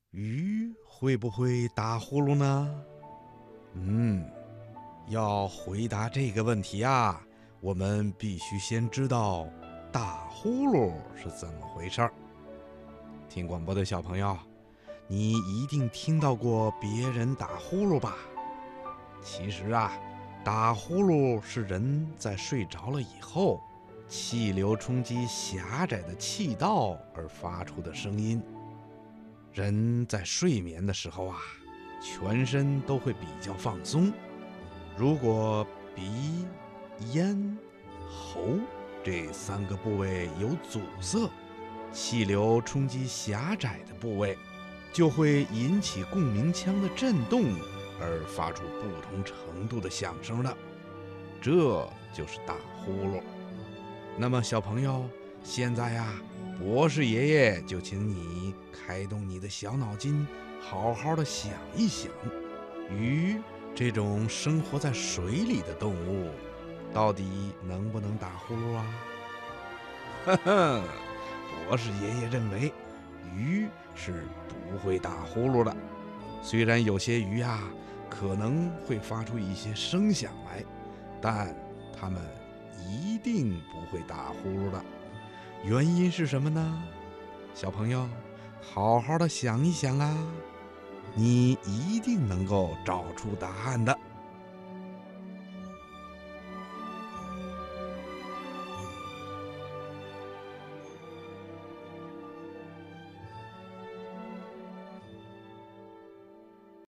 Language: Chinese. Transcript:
鱼会不会打呼噜呢？要回答这个问题啊，我们必须先知道打呼噜是怎么回事儿。听广播的小朋友，你一定听到过别人打呼噜吧？其实啊，打呼噜是人在睡着了以后，气流冲击狭窄的气道而发出的声音。人在睡眠的时候啊，全身都会比较放松。如果鼻、咽、喉这三个部位有阻塞，气流冲击狭窄的部位，就会引起共鸣腔的震动，而发出不同程度的响声了。这就是打呼噜。那么小朋友，现在呀，博士爷爷就请你开动你的小脑筋，好好的想一想，鱼这种生活在水里的动物，到底能不能打呼噜啊？呵呵，博士爷爷认为，鱼是不会打呼噜的。虽然有些鱼啊，可能会发出一些声响来，但它们一定不会打呼噜的。原因是什么呢？小朋友，好好的想一想啊，你一定能够找出答案的。